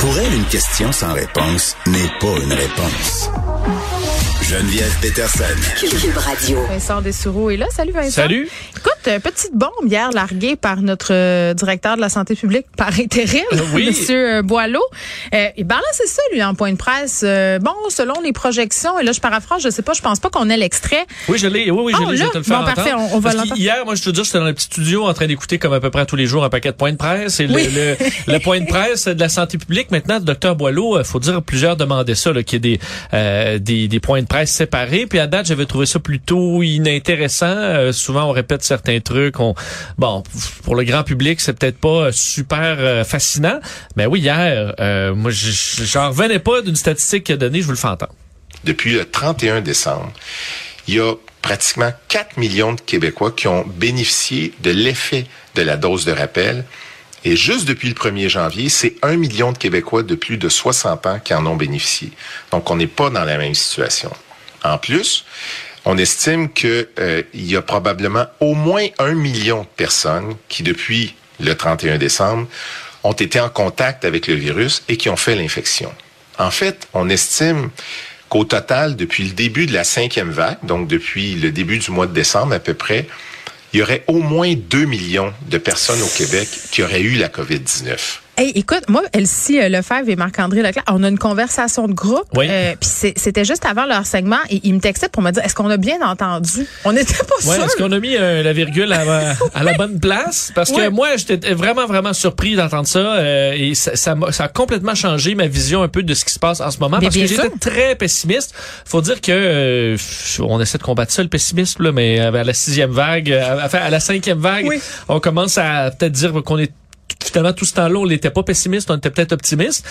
Pour elle, une question sans réponse n'est pas une réponse. Geneviève Peterson. Cube Radio. Vincent Dessureau est là. Salut Vincent. Salut. Écoute, petite bombe hier larguée par notre directeur de la santé publique par intérim, Oui. Monsieur Boileau. Il balançait ça, lui, en point de presse. Selon les projections, et là, je paraphrase, je sais pas, je pense pas qu'on ait l'extrait. Oui, je l'ai. Oui, je l'ai. Je vais te le faire entendre. Parfait, on va l'entendre. Hier, moi, je te dis, j'étais dans le petit studio en train d'écouter comme à peu près tous les jours un paquet de points de presse. Et le point de presse de la santé publique, maintenant, le docteur Boileau, faut dire, plusieurs demandaient ça, là, qu'il y ait des points de presse séparés. Puis à date, j'avais trouvé ça plutôt inintéressant. Souvent, on répète certains trucs. Pour le grand public, c'est peut-être pas super fascinant. Mais oui, hier, moi, j'en revenais pas d'une statistique qu'il a donnée. Je vous le fais entendre. Depuis le 31 décembre, il y a pratiquement 4 millions de Québécois qui ont bénéficié de l'effet de la dose de rappel. Et juste depuis le 1er janvier, c'est 1 million de Québécois de plus de 60 ans qui en ont bénéficié. Donc, on n'est pas dans la même situation. En plus, on estime que il y a probablement au moins 1 million de personnes qui, depuis le 31 décembre, ont été en contact avec le virus et qui ont fait l'infection. En fait, on estime qu'au total, depuis le début de la 5e vague, donc depuis le début du mois de décembre à peu près, il y aurait au moins 2 millions de personnes au Québec qui auraient eu la COVID-19. Hey, écoute, moi, Elsie Lefebvre et Marc-André Leclerc, on a une conversation de groupe. Oui. Puis c'était juste avant leur segment et ils me textaient pour me dire, est-ce qu'on a bien entendu? On n'était pas sûr. Est-ce qu'on a mis la virgule à la bonne place? Parce que moi, j'étais vraiment, vraiment surpris d'entendre ça. Et ça a complètement changé ma vision un peu de ce qui se passe en ce moment. Parce que j'étais très pessimiste. Faut dire que on essaie de combattre ça, le pessimisme, là, mais à la 6e vague, à la 5e vague, on commence à peut-être dire qu'on est finalement, tout ce temps-là, on n'était pas pessimiste, on était peut-être optimiste.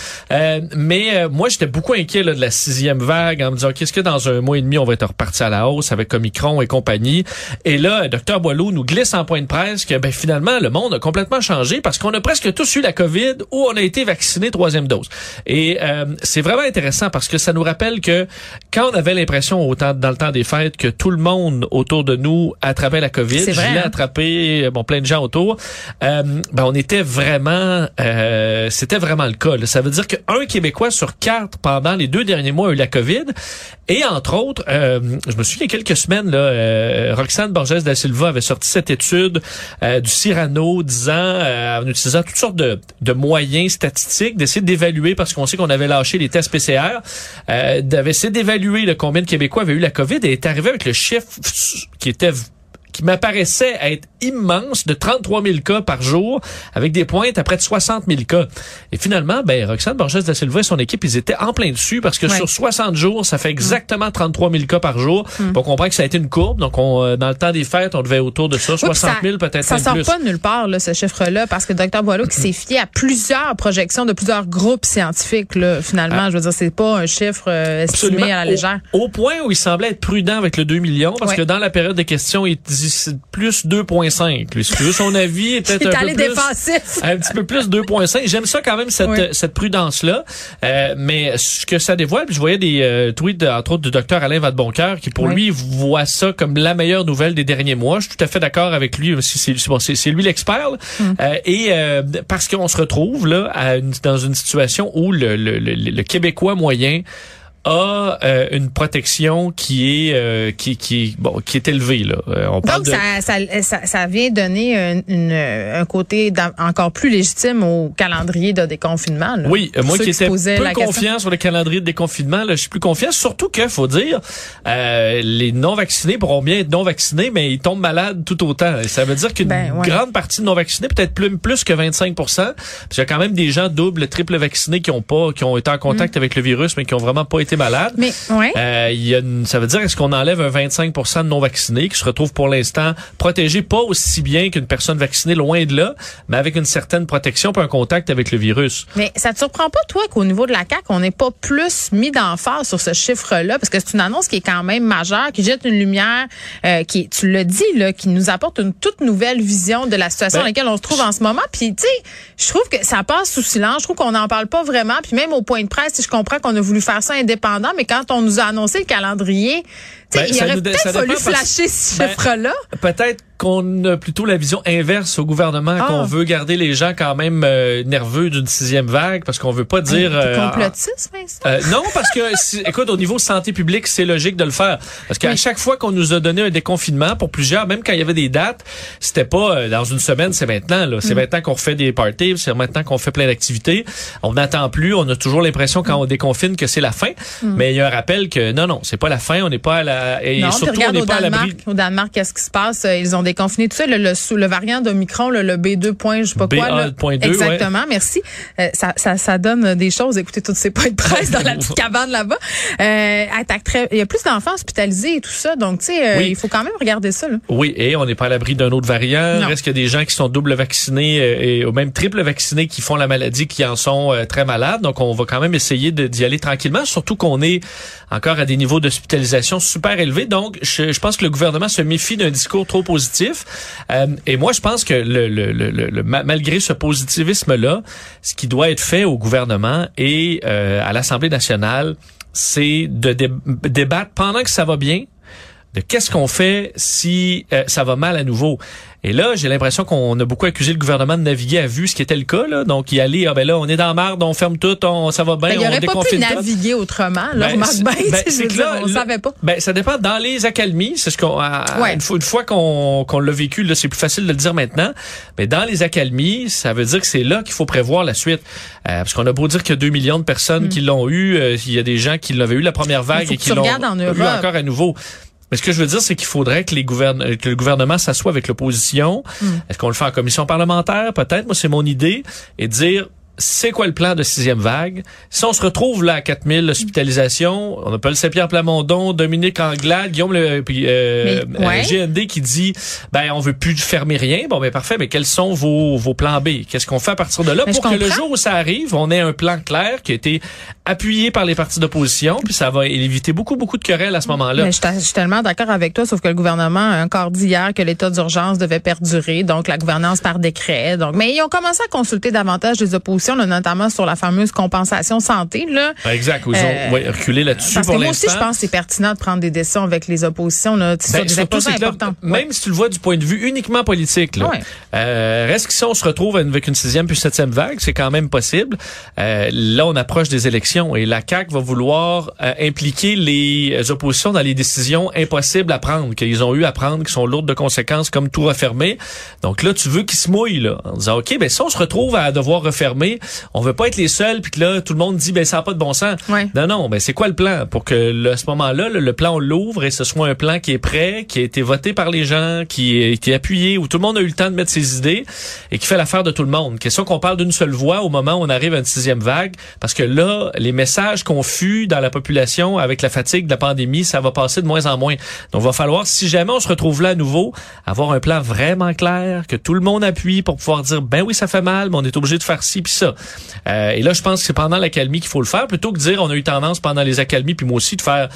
Mais moi, j'étais beaucoup inquiet là, de la 6e vague en me disant, qu'est-ce que dans un mois et demi, on va être reparti à la hausse avec Omicron et compagnie. Et là, Dr Boileau nous glisse en point de presse que finalement, le monde a complètement changé parce qu'on a presque tous eu la COVID ou on a été vacciné 3e dose. Et c'est vraiment intéressant parce que ça nous rappelle que quand on avait l'impression dans le temps des fêtes que tout le monde autour de nous attrapait la COVID, je l'ai attrapé, plein de gens autour, on était vraiment, c'était vraiment le cas. Là. Ça veut dire qu'un Québécois sur 4 pendant les 2 derniers mois a eu la COVID. Et entre autres, je me souviens il y a quelques semaines, là, Roxane Borges da Silva avait sorti cette étude du Cyrano disant, en utilisant toutes sortes de moyens statistiques, d'essayer d'évaluer, parce qu'on sait qu'on avait lâché les tests PCR, d'essayer d'évaluer combien de Québécois avaient eu la COVID et est arrivé avec le chiffre qui m'apparaissait être immense, de 33 000 cas par jour, avec des pointes à près de 60 000 cas. Et finalement, Roxane Borges da Silva et son équipe, ils étaient en plein dessus, parce que sur 60 jours, ça fait exactement 33 000 cas par jour. On comprend que ça a été une courbe. Donc, dans le temps des fêtes, on devait autour de ça, 60 000, peut-être ça même plus. Ça sort pas de nulle part, là, ce chiffre-là, parce que Dr Boileau qui s'est fié à plusieurs projections de plusieurs groupes scientifiques, là, finalement. Je veux dire, c'est pas un chiffre estimé à la légère. Au point où il semblait être prudent avec le 2 millions, parce que dans la période de questions, il dit plus 2,5. Lui, si tu veux son avis, peut-être un peu plus défensif. Un petit peu plus 2,5. J'aime ça quand même, cette prudence-là. Mais ce que ça dévoile, puis je voyais des tweets, entre autres, du docteur Alain Vadeboncoeur, qui pour lui voit ça comme la meilleure nouvelle des derniers mois. Je suis tout à fait d'accord avec lui. C'est lui l'expert. Parce qu'on se retrouve là dans une situation où le Québécois moyen a une protection qui est élevée là. On parle donc ça vient donner un côté encore plus légitime au calendrier de déconfinement. Là, oui, moi qui étais peu confiant sur le calendrier de déconfinement, là, je suis plus confiant. Surtout que faut dire, les non vaccinés pourront bien être non vaccinés, mais ils tombent malades tout autant. Et ça veut dire qu'une grande partie de non vaccinés, peut-être plus que 25%, parce qu'il y a quand même des gens double, triple vaccinés qui ont été en contact avec le virus, mais qui ont vraiment pas été malades. Mais ça veut dire est-ce qu'on enlève un 25% de non vaccinés qui se retrouvent pour l'instant protégés pas aussi bien qu'une personne vaccinée, loin de là, mais avec une certaine protection pour un contact avec le virus. Mais ça te surprend pas toi qu'au niveau de la CAQ, on n'ait pas plus mis d'emphase sur ce chiffre-là, parce que c'est une annonce qui est quand même majeure, qui jette une lumière, tu l'as dit là, qui nous apporte une toute nouvelle vision de la situation dans laquelle on se trouve en ce moment. Puis tu sais, je trouve que ça passe sous silence. Je trouve qu'on n'en parle pas vraiment. Puis même au point de presse, je comprends qu'on a voulu faire ça indépendant, mais quand on nous a annoncé le calendrier, Il aurait peut-être fallu flasher ce chiffre-là. Peut-être qu'on a plutôt la vision inverse au gouvernement, qu'on veut garder les gens quand même nerveux d'une 6e vague, parce qu'on veut pas dire... complotiste, Vincent? Non, parce que, écoute, au niveau santé publique, c'est logique de le faire. Parce qu'à chaque fois qu'on nous a donné un déconfinement, pour plusieurs, même quand il y avait des dates, c'était pas dans une semaine, c'est maintenant. Là. C'est maintenant qu'on refait des parties, c'est maintenant qu'on fait plein d'activités. On n'attend plus, on a toujours l'impression quand on déconfine que c'est la fin. Mais il y a un rappel que non, c'est pas la fin, on n'est pas à la... Et non, surtout, regarde, on n'est pas à l'abri. Au Danemark, qu'est-ce qui se passe? Ils ont déconfiné tout ça, le variant d'Omicron, le B2. Je sais pas quoi. Là. BA.2, exactement, merci. Ça donne des choses. Écoutez, tous ces points de presse dans la petite cabane là-bas. Il y a plus d'enfants hospitalisés et tout ça, donc tu sais, il faut quand même regarder ça. Là. Oui, et on n'est pas à l'abri d'un autre variant. Il reste qu'il y a des gens qui sont double vaccinés et même triple vaccinés qui font la maladie, qui en sont très malades. Donc, on va quand même essayer d'y aller tranquillement, surtout qu'on est encore à des niveaux d'hospitalisation super élevés. Donc, je pense que le gouvernement se méfie d'un discours trop positif. Et moi, je pense que malgré ce positivisme-là, ce qui doit être fait au gouvernement et à l'Assemblée nationale, c'est de débattre pendant que ça va bien, de qu'est-ce qu'on fait si ça va mal à nouveau. Et là, j'ai l'impression qu'on a beaucoup accusé le gouvernement de naviguer à vue, ce qui était le cas, là. Donc, y aller, là, on est dans la marde, on ferme tout, ça va bien, on déconfine tout. Il aurait pas pu naviguer autrement, là, remarque bien, c'est que là, on savait pas. Ça dépend dans les accalmies, c'est ce qu'on, une fois qu'on l'a vécu, là, c'est plus facile de le dire maintenant. Mais dans les accalmies, ça veut dire que c'est là qu'il faut prévoir la suite. Parce qu'on a beau dire qu'il y a 2 millions de personnes qui l'ont eu, il y a des gens qui l'avaient eu la première vague et qui l'ont eu encore à nouveau. Mais ce que je veux dire, c'est qu'il faudrait que le gouvernement s'assoie avec l'opposition. Est-ce qu'on le fait en commission parlementaire? Peut-être. Moi, c'est mon idée. Et dire, c'est quoi le plan de 6e vague? Si on se retrouve là à 4000 hospitalisations, on appelle Saint-Pierre Plamondon, Dominique Anglade, Guillaume GND qui dit, on veut plus fermer rien. Bon, parfait, mais quels sont vos plans B? Qu'est-ce qu'on fait à partir de là pour que le jour où ça arrive, on ait un plan clair qui a été appuyé par les partis d'opposition, puis ça va éviter beaucoup de querelles à ce moment-là. Mais je suis tellement d'accord avec toi, sauf que le gouvernement a encore dit hier que l'état d'urgence devait perdurer, donc la gouvernance par décret. Mais ils ont commencé à consulter davantage les oppositions, là, notamment sur la fameuse compensation santé. Là. Exact, ils ont reculé là-dessus parce pour que moi l'instant. aussi, je pense que c'est pertinent de prendre des décisions avec les oppositions là, sur des impositions importants. Même si tu le vois du point de vue uniquement politique, là, reste que si on se retrouve avec une 6e puis 7e vague, c'est quand même possible. Là, on approche des élections et la CAQ va vouloir impliquer les oppositions dans les décisions impossibles à prendre, qu'ils ont eu à prendre, qui sont lourdes de conséquences, comme tout refermer. Donc là, tu veux qu'ils se mouillent, là, en disant, OK, si on se retrouve à devoir refermer, on veut pas être les seuls, puis que là, tout le monde dit, ça n'a pas de bon sens. Ouais. Non, c'est quoi le plan? Pour que, à ce moment-là, le plan, on l'ouvre et ce soit un plan qui est prêt, qui a été voté par les gens, qui a été appuyé, où tout le monde a eu le temps de mettre ses idées et qui fait l'affaire de tout le monde. Question qu'on parle d'une seule voix au moment où on arrive à une 6e vague, parce que là, les messages confus dans la population avec la fatigue de la pandémie, ça va passer de moins en moins. Donc, il va falloir, si jamais on se retrouve là à nouveau, avoir un plan vraiment clair, que tout le monde appuie pour pouvoir dire, oui, ça fait mal, mais on est obligé de faire ci puis ça. Et là, je pense que c'est pendant l'accalmie qu'il faut le faire, plutôt que de dire, on a eu tendance pendant les accalmies, puis moi aussi, de faire...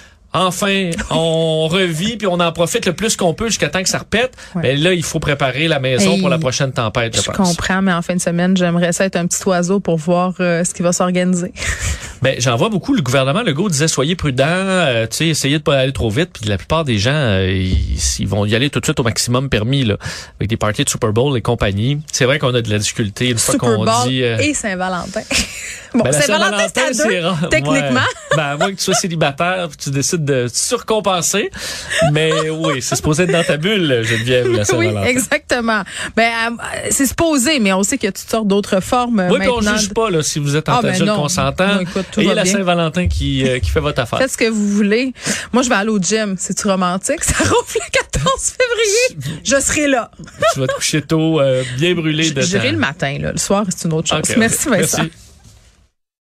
Enfin, on revit puis on en profite le plus qu'on peut jusqu'à temps que ça repète. Ouais. Mais là, il faut préparer la maison pour la prochaine tempête, je pense. Je comprends, mais en fin de semaine, j'aimerais ça être un petit oiseau pour voir ce qui va s'organiser. J'en vois beaucoup. Le gouvernement Legault disait soyez prudents, essayez de pas aller trop vite. Puis la plupart des gens, ils vont y aller tout de suite au maximum permis, là, avec des parties de Super Bowl et compagnie. C'est vrai qu'on a de la difficulté une fois qu'on dit. Et Saint-Valentin. Saint-Valentin, c'est à deux, rare. Techniquement. Ouais. À moins que tu sois célibataire, puis tu décides de surcompenser. Mais oui, c'est supposé être dans ta bulle, Geneviève, la Saint-Valentin. Oui, exactement. C'est supposé, mais on sait qu'il y a toutes sortes d'autres formes. Oui, puis on ne juge pas là, si vous êtes en adulte consentant. Et la Saint-Valentin qui fait votre affaire. Faites ce que vous voulez. Moi, je vais aller au gym. C'est-tu romantique? Ça ronfle le 14 février. Je serai là. Tu vas te coucher tôt, bien brûlé. J'irai le matin. Là. Le soir, c'est une autre chose. Okay, Merci, Vincent. Merci.